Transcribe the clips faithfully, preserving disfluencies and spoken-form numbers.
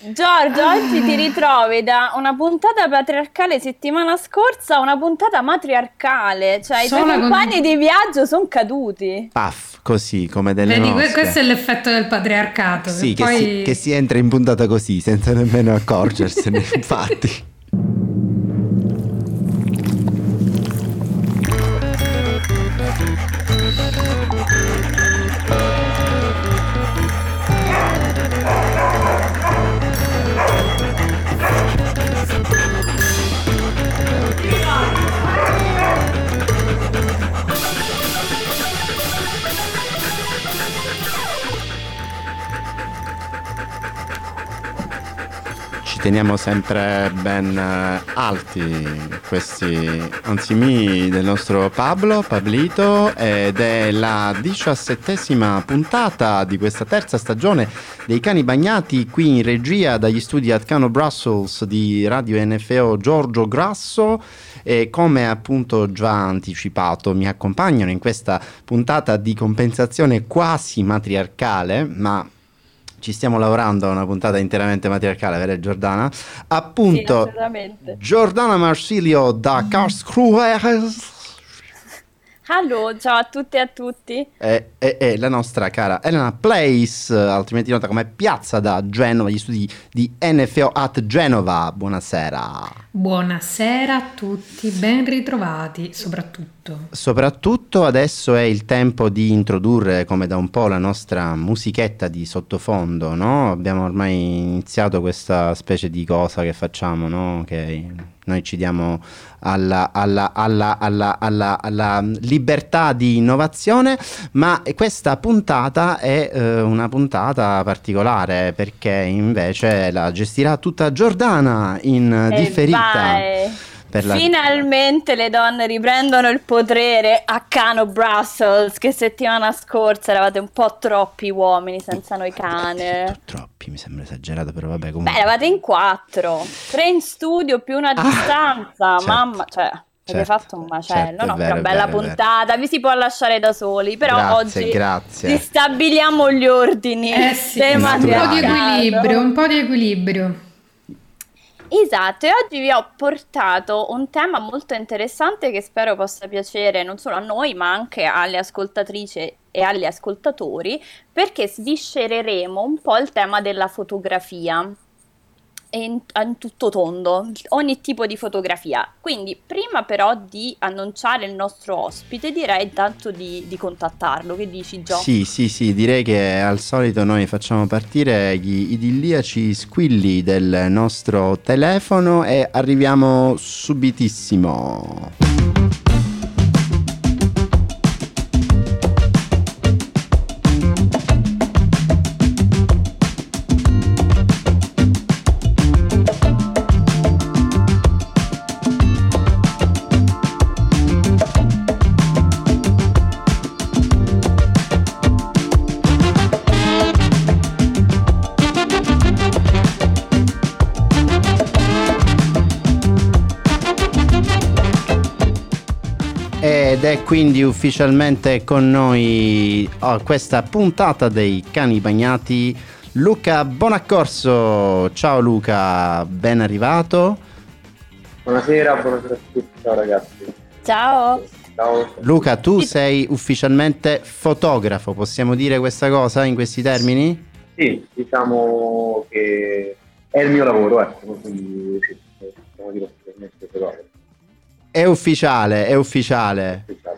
Giorgio, oggi ti ritrovi da una puntata patriarcale settimana scorsa a una puntata matriarcale, cioè i tuoi Sono compagni con- di viaggio sono caduti. Paff, così come delle Vedi, que- mosche. questo è l'effetto del patriarcato. Sì, che che, poi... si, che si entra in puntata così, senza nemmeno accorgersene, infatti. Teniamo sempre ben eh, alti questi ansimi del nostro Pablo, Pablito, ed è la diciassettesima puntata di questa terza stagione dei Cani Bagnati, qui in regia dagli studi at Cano Brussels di Radio N F O Giorgio Grasso, e come appunto già anticipato mi accompagnano in questa puntata di compensazione quasi matriarcale, ma ci stiamo lavorando a una puntata interamente matriarcale, vero Giordana? Appunto, Sì, assolutamente. Giordana Marsilio da Karlsruhe Allora, ciao a tutti e a tutti. e, e, e la nostra cara Elena Place, altrimenti nota come Piazza da Genova, gli studi di N F O at Genova. Buonasera. Buonasera a tutti, ben ritrovati, soprattutto. Soprattutto adesso è il tempo di introdurre, come da un po', la nostra musichetta di sottofondo, no? Abbiamo ormai iniziato questa specie di cosa che facciamo, no? Che noi ci diamo alla, alla, alla, alla, alla, alla libertà di innovazione, ma questa puntata è eh, una puntata particolare, perché invece la gestirà tutta Giordana in E differita. vai. Per la... Finalmente le donne riprendono il potere a Cano Brussels, che settimana scorsa eravate un po' troppi uomini senza noi cane. Troppi, mi sembra esagerato, però vabbè, comunque. Beh, eravate in quattro, tre in studio più una Ah, distanza, certo, mamma, cioè avete certo, fatto un macello, certo, è no? vero, Però è bella vero, è vero. puntata, vi si può lasciare da soli, però Grazie, oggi grazie. ristabiliamo gli ordini. Eh sì, del un po' di matriarcato. equilibrio, un po' di equilibrio. Esatto, e oggi vi ho portato un tema molto interessante che spero possa piacere non solo a noi, ma anche alle ascoltatrici e agli ascoltatori, perché sviscereremo un po' il tema della fotografia in, in tutto tondo, ogni tipo di fotografia. Quindi, prima però di annunciare il nostro ospite, direi intanto di, di contattarlo. Che dici, Gio? Sì, sì, sì, direi che al solito noi facciamo partire gli idilliaci squilli del nostro telefono e arriviamo subitissimo. Ed è quindi ufficialmente con noi a questa puntata dei Cani Bagnati Luca Bonaccorso. Ciao Luca, ben arrivato. Buonasera, buonasera a tutti, ciao ragazzi. Ciao! Ciao. Luca, tu sei ufficialmente fotografo, possiamo dire questa cosa in questi termini? Sì, diciamo che è il mio lavoro, ecco, quindi sì, possiamo dire ufficialmente fotografo. È ufficiale, è ufficiale. Ufficiale.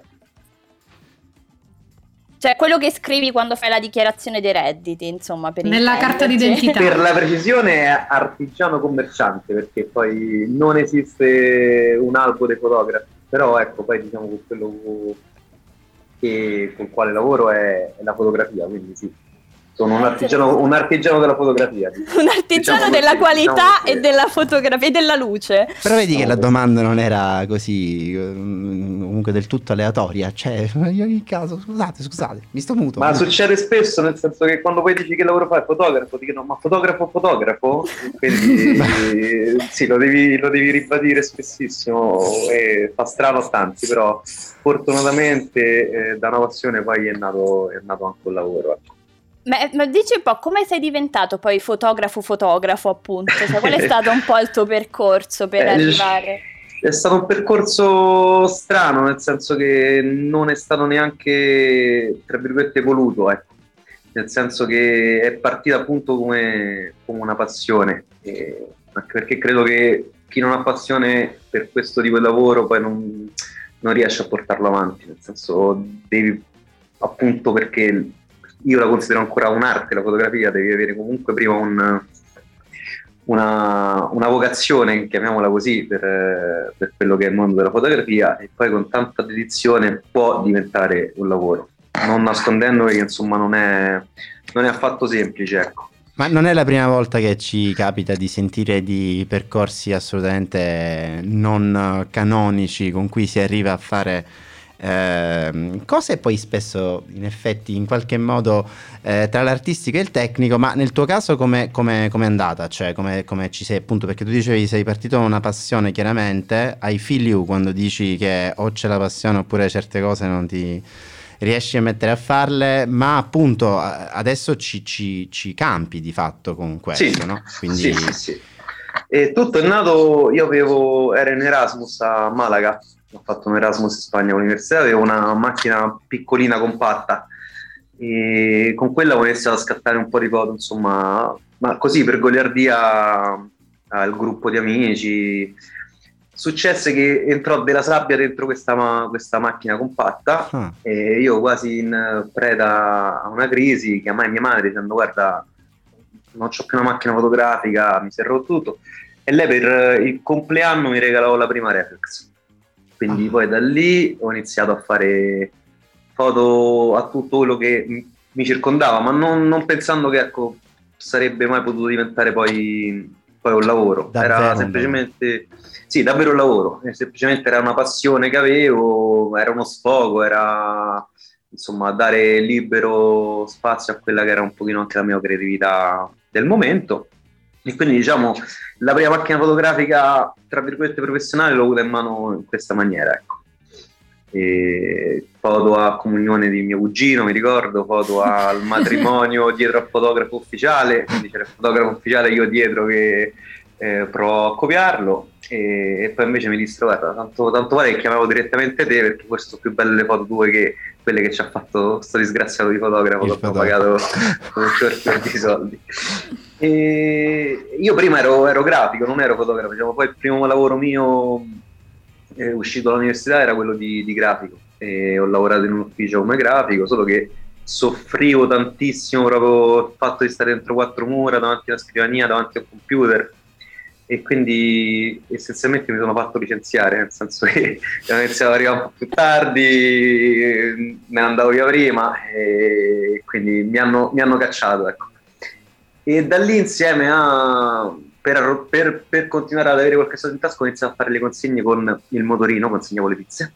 Cioè, quello che scrivi quando fai la dichiarazione dei redditi, insomma, per Nella carta intenderci. d'identità. Per la precisione è artigiano commerciante, perché poi non esiste un albo dei fotografi, però ecco, poi diciamo che quello che, con il quale lavoro è, è la fotografia, quindi sì. Sono un artigiano, un artigiano della fotografia. Un artigiano Diciamo della così, qualità diciamo che- e della fotografia e della luce. Però vedi che No, la beh. domanda non era così, mm, comunque del tutto aleatoria. Cioè, io in caso, scusate, scusate, mi sto muto. Ma succede spesso, nel senso che quando poi dici che lavoro fai, fotografo, ti chiedono ma fotografo fotografo? Quindi sì, lo devi, lo devi ribadire spessissimo e fa strano stanzi, però fortunatamente eh, da una passione poi è nato, è nato anche un lavoro. ecco. Ma, ma dici un po', come sei diventato poi fotografo fotografo appunto? Cioè, qual è stato un po' il tuo percorso per Eh, arrivare? È stato un percorso strano, nel senso che non è stato neanche, tra virgolette, voluto, ecco. Nel senso che è partita appunto come, come una passione, e anche perché credo che chi non ha passione per questo tipo di lavoro poi non, non riesce a portarlo avanti, nel senso devi, appunto perché io la considero ancora un'arte, la fotografia, devi avere comunque prima un, una, una vocazione, chiamiamola così, per, per quello che è il mondo della fotografia, e poi con tanta dedizione può diventare un lavoro, non nascondendo che insomma non è, non è affatto semplice, ecco. Ma non è la prima volta che ci capita di sentire di percorsi assolutamente non canonici con cui si arriva a fare eh, cose poi spesso in effetti in qualche modo eh, tra l'artistico e il tecnico. Ma nel tuo caso come è andata? Cioè come ci sei, appunto, perché tu dicevi sei partito con una passione, chiaramente I feel you quando dici che o c'è la passione oppure certe cose non ti riesci a mettere a farle, ma appunto adesso ci, ci, ci campi di fatto con questo, sì, no? Quindi... Sì, sì, sì. E tutto è nato, io avevo, ero in Erasmus a Malaga, ho fatto un Erasmus in Spagna all'università, avevo una macchina piccolina, compatta, e con quella ho iniziato a scattare un po' di foto, insomma, ma così per goliardia al gruppo di amici. Successe che entrò della sabbia dentro questa, ma- questa macchina compatta ah. e io quasi in preda a una crisi chiamai mia madre dicendo guarda non c'ho più una macchina fotografica, mi si è rotto tutto, e lei per il compleanno mi regalò la prima reflex, quindi ah. poi da lì ho iniziato a fare foto a tutto quello che mi circondava, ma non, non pensando che ecco sarebbe mai potuto diventare poi, poi un lavoro. Davvero, era semplicemente sì, davvero un lavoro, eh, semplicemente era una passione che avevo, era uno sfogo, era insomma dare libero spazio a quella che era un pochino anche la mia creatività del momento, e quindi diciamo la prima macchina fotografica tra virgolette professionale l'ho avuta in mano in questa maniera, ecco. E foto a comunione di mio cugino, mi ricordo, foto al matrimonio dietro al fotografo ufficiale, quindi c'era il fotografo ufficiale, io dietro che eh, provo a copiarlo, e, e poi invece mi dissero guarda tanto, tanto vale che chiamavo direttamente te perché forse sono più belle le foto tue che quelle che ci ha fatto sto disgraziato di fotografo che ho pagato con un certo di soldi. E io prima ero, ero grafico, non ero fotografo, diciamo, poi il primo lavoro mio eh, uscito dall'università era quello di, di grafico, e ho lavorato in un ufficio come grafico, solo che soffrivo tantissimo proprio il fatto di stare dentro quattro mura davanti a una scrivania, davanti a un computer, e quindi essenzialmente mi sono fatto licenziare, nel senso che ho iniziato ad arrivare un po' più tardi, me ne andavo via prima e quindi mi hanno, mi hanno cacciato, ecco. E da lì insieme a per, per, per continuare ad avere qualche soldo in tasca ho iniziato a fare le consegne con il motorino, consegnavo le pizze,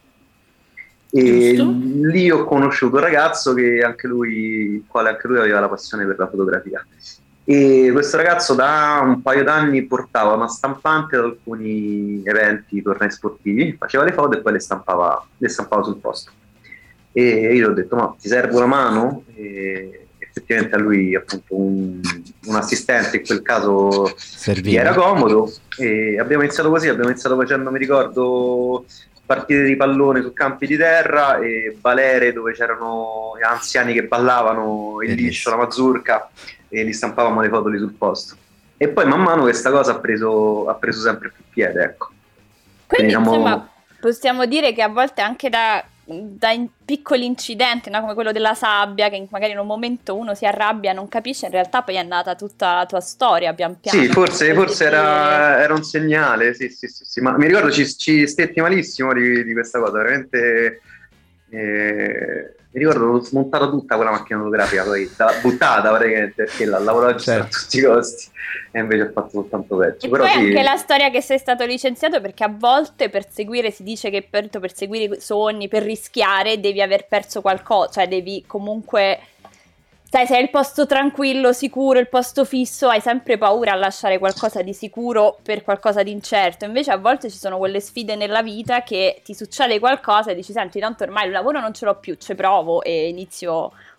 e Giusto. Lì ho conosciuto un ragazzo che anche lui, il quale anche lui aveva la passione per la fotografia. E questo ragazzo da un paio d'anni portava una stampante ad alcuni eventi, tornei sportivi, faceva le foto e poi le stampava, le stampava sul posto. E io gli ho detto ma ti serve una mano? E effettivamente a lui appunto un, un assistente in quel caso gli era comodo, e abbiamo iniziato così, abbiamo iniziato facendo, mi ricordo, partite di pallone su campi di terra e balere dove c'erano anziani che ballavano il liscio, la mazurka, e li stampavamo le foto lì sul posto. E poi man mano questa cosa ha preso, ha preso sempre più piede, ecco. Quindi, Quindi diciamo... insomma possiamo dire che a volte anche da, da in piccoli incidenti, no? Come quello della sabbia, che magari in un momento uno si arrabbia, non capisce, in realtà poi è nata tutta la tua storia pian piano. Sì, forse, forse era, era un segnale, sì, sì, sì, sì. Ma mi ricordo ci, ci stetti malissimo di, di questa cosa, veramente... Eh... Mi ricordo l'ho smontata tutta quella macchina fotografica, poi buttata praticamente, perché la lavoravo certo. a tutti i costi, e invece ho fatto soltanto peggio. E Però poi sì. anche la storia che sei stato licenziato, perché a volte per seguire, si dice che per perseguire i sogni, per rischiare, devi aver perso qualcosa, cioè devi comunque... Sai, se hai il posto tranquillo, sicuro, il posto fisso, hai sempre paura a lasciare qualcosa di sicuro per qualcosa di incerto. Invece a volte ci sono quelle sfide nella vita che ti succede qualcosa e dici, senti, tanto ormai il lavoro non ce l'ho più, ci provo e inizio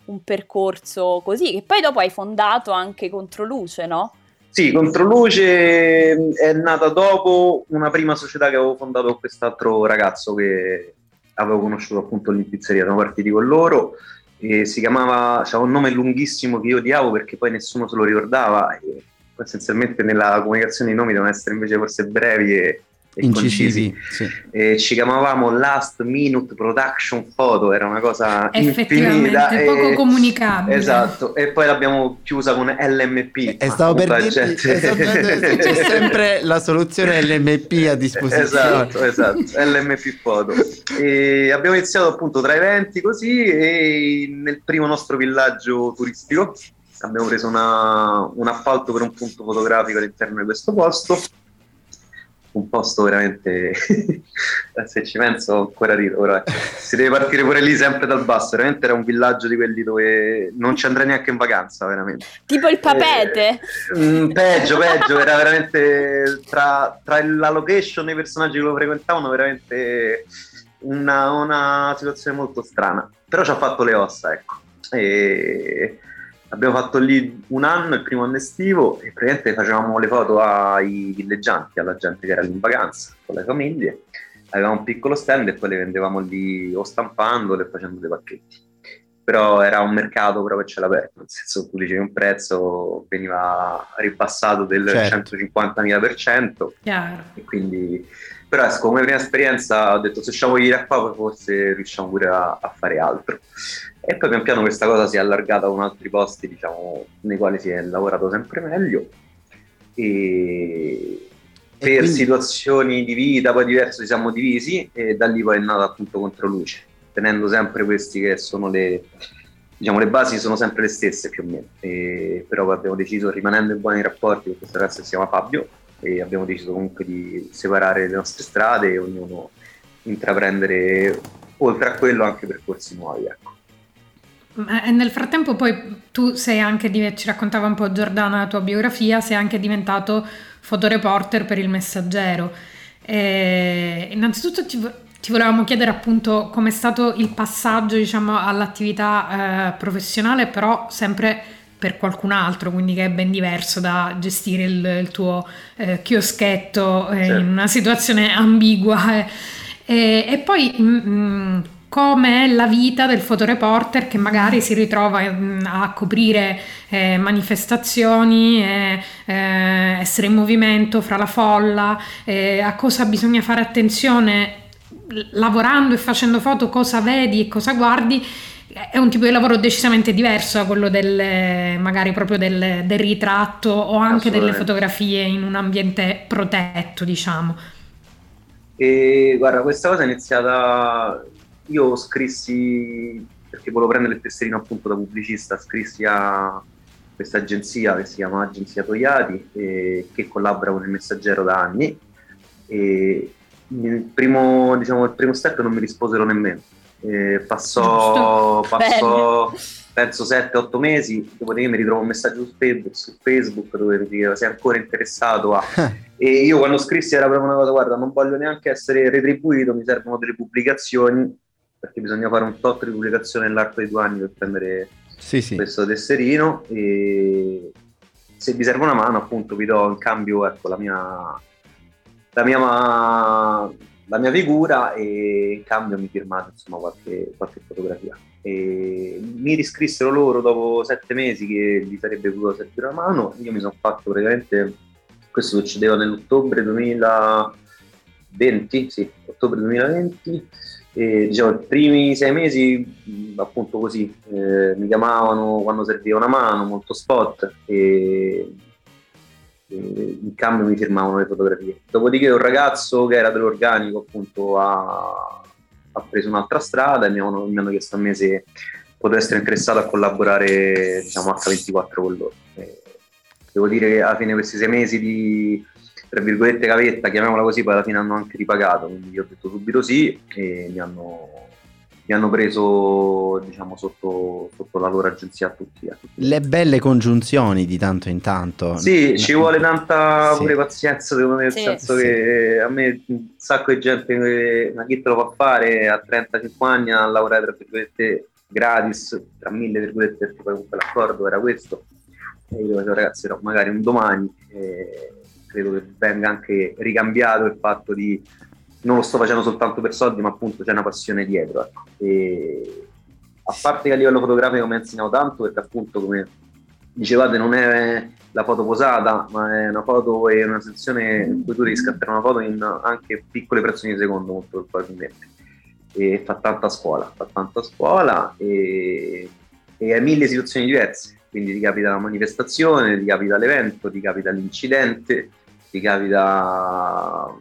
un percorso così, che poi dopo hai fondato anche Controluce, no? Sì, Controluce è nata dopo una prima società che avevo fondato con quest'altro ragazzo che avevo conosciuto appunto lì in pizzeria, siamo partiti con loro e si chiamava, c'era un nome lunghissimo che io odiavo perché poi nessuno se lo ricordava e essenzialmente nella comunicazione i nomi devono essere invece forse brevi e e incisivi, sì. E ci chiamavamo Last Minute Production Photo, era una cosa effettivamente infinita poco e, comunicabile. Esatto, e poi l'abbiamo chiusa con L M P. E stavo per dirti, gente... esatto, c'è sempre la soluzione L M P a disposizione. Esatto, esatto, L M P Photo. E abbiamo iniziato appunto tra eventi così e nel primo nostro villaggio turistico abbiamo preso una, un appalto per un punto fotografico all'interno di questo posto. Un posto veramente, se ci penso ancora rido, però eh. si deve partire pure lì sempre dal basso, veramente era un villaggio di quelli dove non ci andrei neanche in vacanza, veramente. Tipo il Papete? Eh, mh, peggio, peggio, era veramente, tra, tra la location e i personaggi che lo frequentavano, veramente una, una situazione molto strana, però ci ha fatto le ossa, ecco. E... abbiamo fatto lì un anno, il primo anno estivo, e praticamente facevamo le foto ai villeggianti, alla gente che era lì in vacanza, con le famiglie. Avevamo un piccolo stand e poi le vendevamo lì o stampandole e facendo dei pacchetti. Però era un mercato proprio a cielo aperto, nel senso che tu dicevi un prezzo, veniva ribassato del certo. centocinquantamila per cento. Chiaro. E quindi... Però ecco, come prima esperienza ho detto se usciamo di là qua forse riusciamo pure a, a fare altro. E poi pian piano questa cosa si è allargata con altri posti, diciamo, nei quali si è lavorato sempre meglio. E, e per quindi... situazioni di vita poi diverse ci siamo divisi e da lì poi è nata appunto Controluce, tenendo sempre questi che sono le, diciamo, le basi sono sempre le stesse più o meno. E, però abbiamo deciso, rimanendo in buoni rapporti con questo ragazzo che si chiama Fabio, e abbiamo deciso comunque di separare le nostre strade e ognuno intraprendere oltre a quello anche percorsi nuovi, ecco. E nel frattempo poi tu sei anche, ci raccontava un po' Giordana la tua biografia, sei anche diventato fotoreporter per Il Messaggero. E innanzitutto ti, ti volevamo chiedere appunto com'è stato il passaggio, diciamo, all'attività eh, professionale, però sempre per qualcun altro, quindi che è ben diverso da gestire il, il tuo eh, chioschetto eh, certo. in una situazione ambigua. Eh. E, e poi mh, come è la vita del fotoreporter che magari si ritrova mh, a coprire eh, manifestazioni, eh, eh, essere in movimento fra la folla, eh, a cosa bisogna fare attenzione lavorando e facendo foto, cosa vedi e cosa guardi. È un tipo di lavoro decisamente diverso da quello del magari proprio del, del ritratto o anche delle fotografie in un ambiente protetto, diciamo. E guarda, questa cosa è iniziata, io scrissi perché volevo prendere il tesserino appunto da pubblicista, scrissi a questa agenzia che si chiama Agenzia Togliatti e che collabora con Il Messaggero da anni e il primo, diciamo, il primo step non mi risposero nemmeno. Eh, passò, passò penso sette otto mesi, dopodiché mi ritrovo un messaggio su Facebook, su Facebook dove mi diceva sei ancora interessato a... e io quando scrissi era proprio una cosa, guarda, non voglio neanche essere retribuito, mi servono delle pubblicazioni perché bisogna fare un tot di pubblicazioni nell'arco di due anni per prendere sì, sì. questo tesserino e se vi serve una mano appunto vi do in cambio ecco la mia la mia la mia figura e in cambio mi firmate insomma qualche, qualche fotografia e mi riscrissero loro dopo sette mesi che gli sarebbe potuto servire una mano. Io mi sono fatto praticamente, questo succedeva nell'ottobre duemilaventi, sì, ottobre duemilaventi e diciamo i primi sei mesi appunto così eh, mi chiamavano quando serviva una mano, molto spot e in cambio mi firmavano le fotografie. Dopodiché un ragazzo che era dell'organico appunto ha, ha preso un'altra strada e mi hanno, mi hanno chiesto a me se potevo essere interessato a collaborare diciamo acca ventiquattro con loro. E devo dire che alla fine di questi sei mesi di tra virgolette gavetta, chiamiamola così, poi alla fine hanno anche ripagato, quindi io ho detto subito sì e mi hanno mi hanno preso diciamo sotto, sotto la loro agenzia a tutti, a tutti. Le belle congiunzioni di tanto in tanto. Sì, ci vuole tanta sì. pure pazienza secondo me, nel sì. senso sì. che a me un sacco di gente che, ma chi te lo fa fare a trentacinque anni a lavorare tra virgolette gratis, tra mille virgolette, perché poi comunque l'accordo era questo. E io dicevo, ragazzi, no, magari un domani eh, credo che venga anche ricambiato il fatto di non lo sto facendo soltanto per soldi, ma appunto c'è una passione dietro, ecco. E a parte che a livello fotografico mi ha insegnato tanto, perché appunto, come dicevate, non è la foto posata, ma è una foto e una sezione in cui tu devi scattare una foto in anche piccole frazioni di secondo, molto probabilmente. E fa tanta scuola, fa tanta scuola e, e hai mille situazioni diverse, quindi ti capita la manifestazione, ti capita l'evento, ti capita l'incidente, ti capita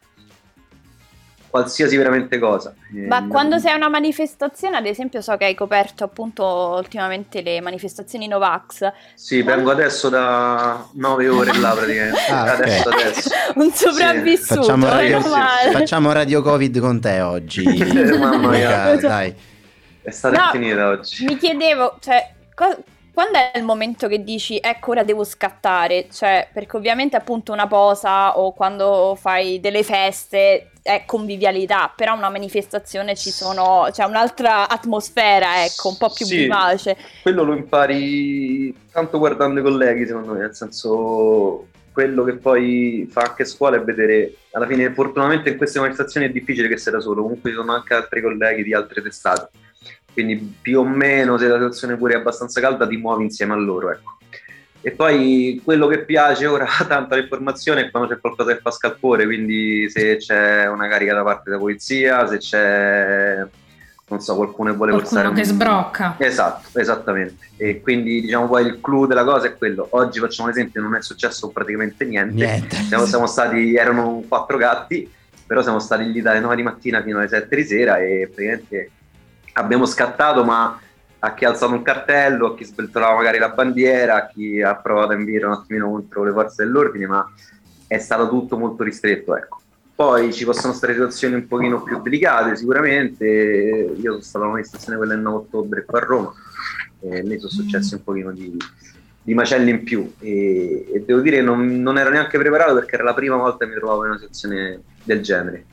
qualsiasi veramente cosa. Ma quando sei a una manifestazione, ad esempio, so che hai coperto appunto ultimamente le manifestazioni Novax. Sì, vengo adesso da nove ore là praticamente. Ah, okay. adesso, adesso. Un sopravvissuto. Sì. Facciamo, radio, sì. facciamo radio Covid con te oggi. Mamma mia, dai. È stata no, finita oggi. Mi chiedevo, cioè, co- quando è il momento che dici, ecco, ora devo scattare? Cioè, perché ovviamente appunto una posa o quando fai delle feste è convivialità, però una manifestazione ci sono, c'è cioè un'altra atmosfera, ecco, un po' più sì, vivace. Quello lo impari tanto guardando i colleghi, secondo me, nel senso, quello che poi fa anche scuola è vedere, alla fine fortunatamente in queste manifestazioni è difficile che sia da solo, comunque ci sono anche altri colleghi di altre testate, quindi più o meno se la situazione pure è abbastanza calda ti muovi insieme a loro, ecco. E poi quello che piace ora tanto all'informazione è quando c'è qualcosa che fa scalpore, quindi se c'è una carica da parte della polizia, se c'è, non so, qualcuno che vuole qualcuno forzare che un... sbrocca. Esatto, esattamente. E quindi diciamo poi il clou della cosa è quello. Oggi facciamo un esempio, non è successo praticamente niente. Niente. Siamo, siamo stati, erano quattro gatti, però siamo stati lì dalle nove di mattina fino alle sette di sera e praticamente abbiamo scattato, ma a chi ha alzato un cartello, a chi sveltolava magari la bandiera, a chi ha provato a inviare un attimino contro le forze dell'ordine, ma è stato tutto molto ristretto, ecco. Poi ci possono stare situazioni un pochino più delicate, sicuramente. Io sono stato alla manifestazione quella del nove ottobre qua a Roma e lì sono successi un pochino di, di macelli in più e, e devo dire che non, non ero neanche preparato perché era la prima volta che mi trovavo in una situazione del genere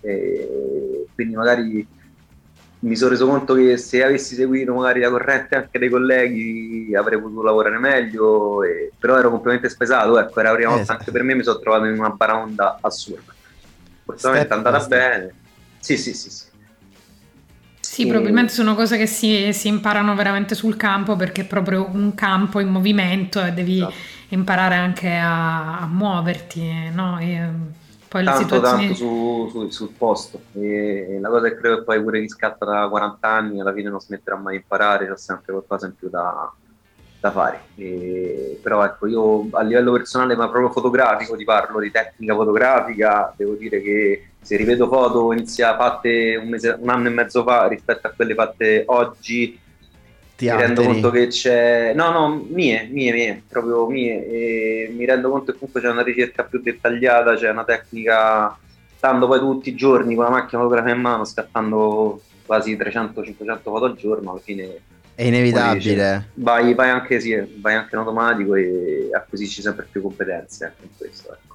e quindi magari mi sono reso conto che se avessi seguito magari la corrente anche dei colleghi avrei potuto lavorare meglio, e, però ero completamente spesato, ecco, era la prima volta esatto. Anche per me mi sono trovato in una baraonda assurda. Fortunatamente è andata bene. Sì, sì, sì, sì. Sì, e... probabilmente sono cose che si, si imparano veramente sul campo perché è proprio un campo in movimento e devi esatto. imparare anche a, a muoverti, no? E, poi tanto situazioni... tanto su, su, sul posto e, e la cosa che credo che poi pure chi scatta da quaranta anni alla fine non smetterà mai di imparare, c'è sempre qualcosa in più da, da fare e, però ecco, io a livello personale ma proprio fotografico ti parlo di tecnica fotografica, devo dire che se rivedo foto inizia fatte un, mese, un anno e mezzo fa rispetto a quelle fatte oggi mi rendo conto che c'è no no mie mie mie proprio mie e mi rendo conto che comunque c'è una ricerca più dettagliata, c'è una tecnica, stando poi tutti i giorni con la macchina fotografica in mano, scattando quasi trecento cinquecento foto al giorno, alla fine è inevitabile, vai, vai anche sì, vai anche in automatico e acquisisci sempre più competenze anche in questo, ecco.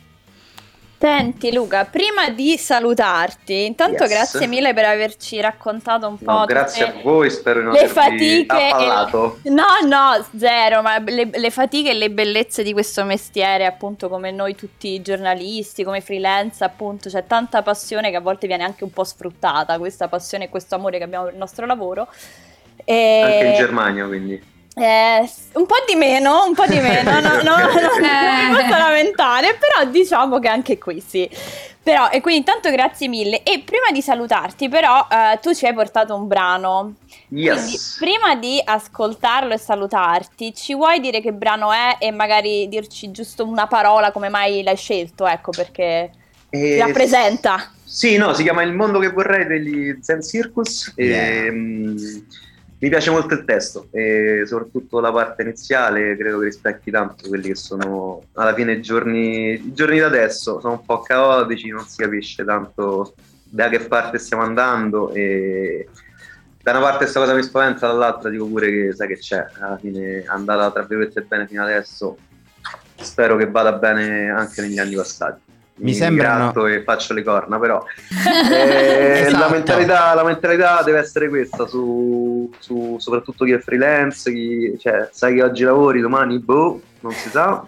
Senti Luca, prima di salutarti, intanto yes. grazie mille per averci raccontato un po'. No, grazie a voi, spero di non le fatiche affallato. E... No, no, zero, ma le, le fatiche e le bellezze di questo mestiere, appunto come noi tutti i giornalisti, come freelance, appunto c'è tanta passione che a volte viene anche un po' sfruttata, questa passione e questo amore che abbiamo per il nostro lavoro. E... Anche in Germania, quindi. Eh, un po' di meno, un po' di meno, no, no, no, non mi posso lamentare, però diciamo che anche qui sì. Però, e quindi intanto grazie mille. E prima di salutarti, però, eh, tu ci hai portato un brano. Yes. Quindi, prima di ascoltarlo e salutarti, ci vuoi dire che brano è e magari dirci giusto una parola come mai l'hai scelto, ecco, perché eh, ti rappresenta. Sì, no, si chiama Il mondo che vorrei degli Zen Circus. Yeah. E, mh, mi piace molto il testo e soprattutto la parte iniziale, credo che rispecchi tanto quelli che sono alla fine i giorni, i giorni da adesso, sono un po' caotici, non si capisce tanto da che parte stiamo andando e da una parte questa cosa mi spaventa, dall'altra dico pure che sai che c'è, alla fine è andata tra virgolette bene fino adesso, spero che vada bene anche negli anni passati. mi sembrano... e faccio le corna, però eh, esatto. la, mentalità, la mentalità deve essere questa su, su soprattutto chi è freelance, chi, cioè, sai che oggi lavori, domani boh, non si sa,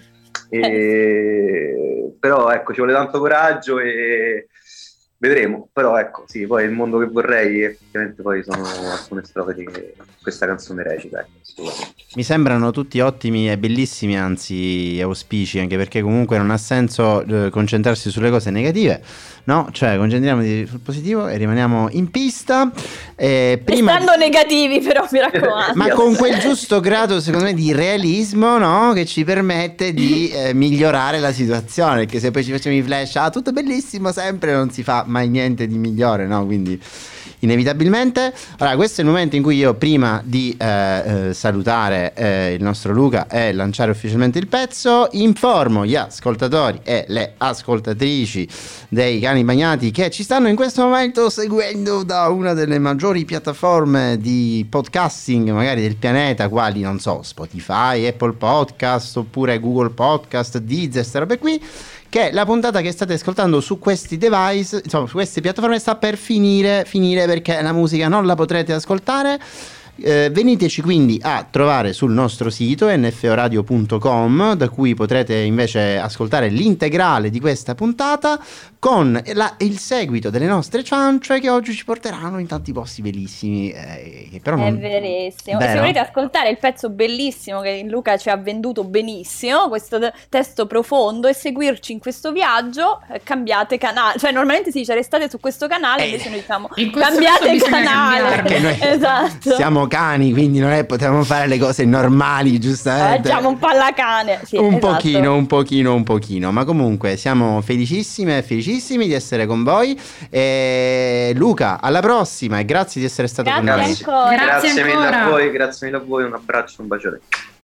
e, però ecco, ci vuole tanto coraggio e vedremo, però ecco, sì, poi il mondo che vorrei, effettivamente poi sono alcune strofe di questa canzone recita, ecco, mi sembrano tutti ottimi e bellissimi, anzi auspici, anche perché comunque non ha senso eh, concentrarsi sulle cose negative, no? Cioè concentriamoci sul positivo e rimaniamo in pista. Eh, prima Stando di... negativi però, mi raccomando. Ma con quel giusto grado, secondo me, di realismo, no? Che ci permette di eh, migliorare la situazione, perché se poi ci facciamo i flash, ah, tutto bellissimo sempre, non si fa mai niente di migliore, no? Quindi inevitabilmente. Allora, questo è il momento in cui io, prima di eh, eh, salutare eh, il nostro Luca e lanciare ufficialmente il pezzo, informo gli ascoltatori e le ascoltatrici dei Cani Bagnati che ci stanno in questo momento seguendo da una delle maggiori piattaforme di podcasting magari del pianeta, quali, non so, Spotify, Apple Podcast oppure Google Podcast, Deezer, queste robe qui, che la puntata che state ascoltando su questi device, insomma su queste piattaforme, sta per finire, finire perché la musica non la potrete ascoltare. Eh, veniteci quindi a trovare sul nostro sito n f o radio punto com, da cui potrete invece ascoltare l'integrale di questa puntata con la, il seguito delle nostre ciance che oggi ci porteranno in tanti posti bellissimi, eh, che però non... È verissimo. Vero? E se volete ascoltare il pezzo bellissimo che Luca ci ha venduto benissimo, questo de- testo profondo, e seguirci in questo viaggio, eh, cambiate canale. Cioè normalmente si dice restate su questo canale, eh, invece noi diciamo cambiate canale. Perché noi esatto. siamo cani, quindi non è potevamo fare le cose normali, giustamente. Facciamo un pallacane. Sì, un esatto. pochino, un pochino, un pochino. Ma comunque siamo felicissime e felicissimi di essere con voi. E Luca, alla prossima e grazie di essere stato grazie con noi. Ancora. Grazie, Grazie mille ancora. a voi, grazie mille a voi, un abbraccio, un bacione.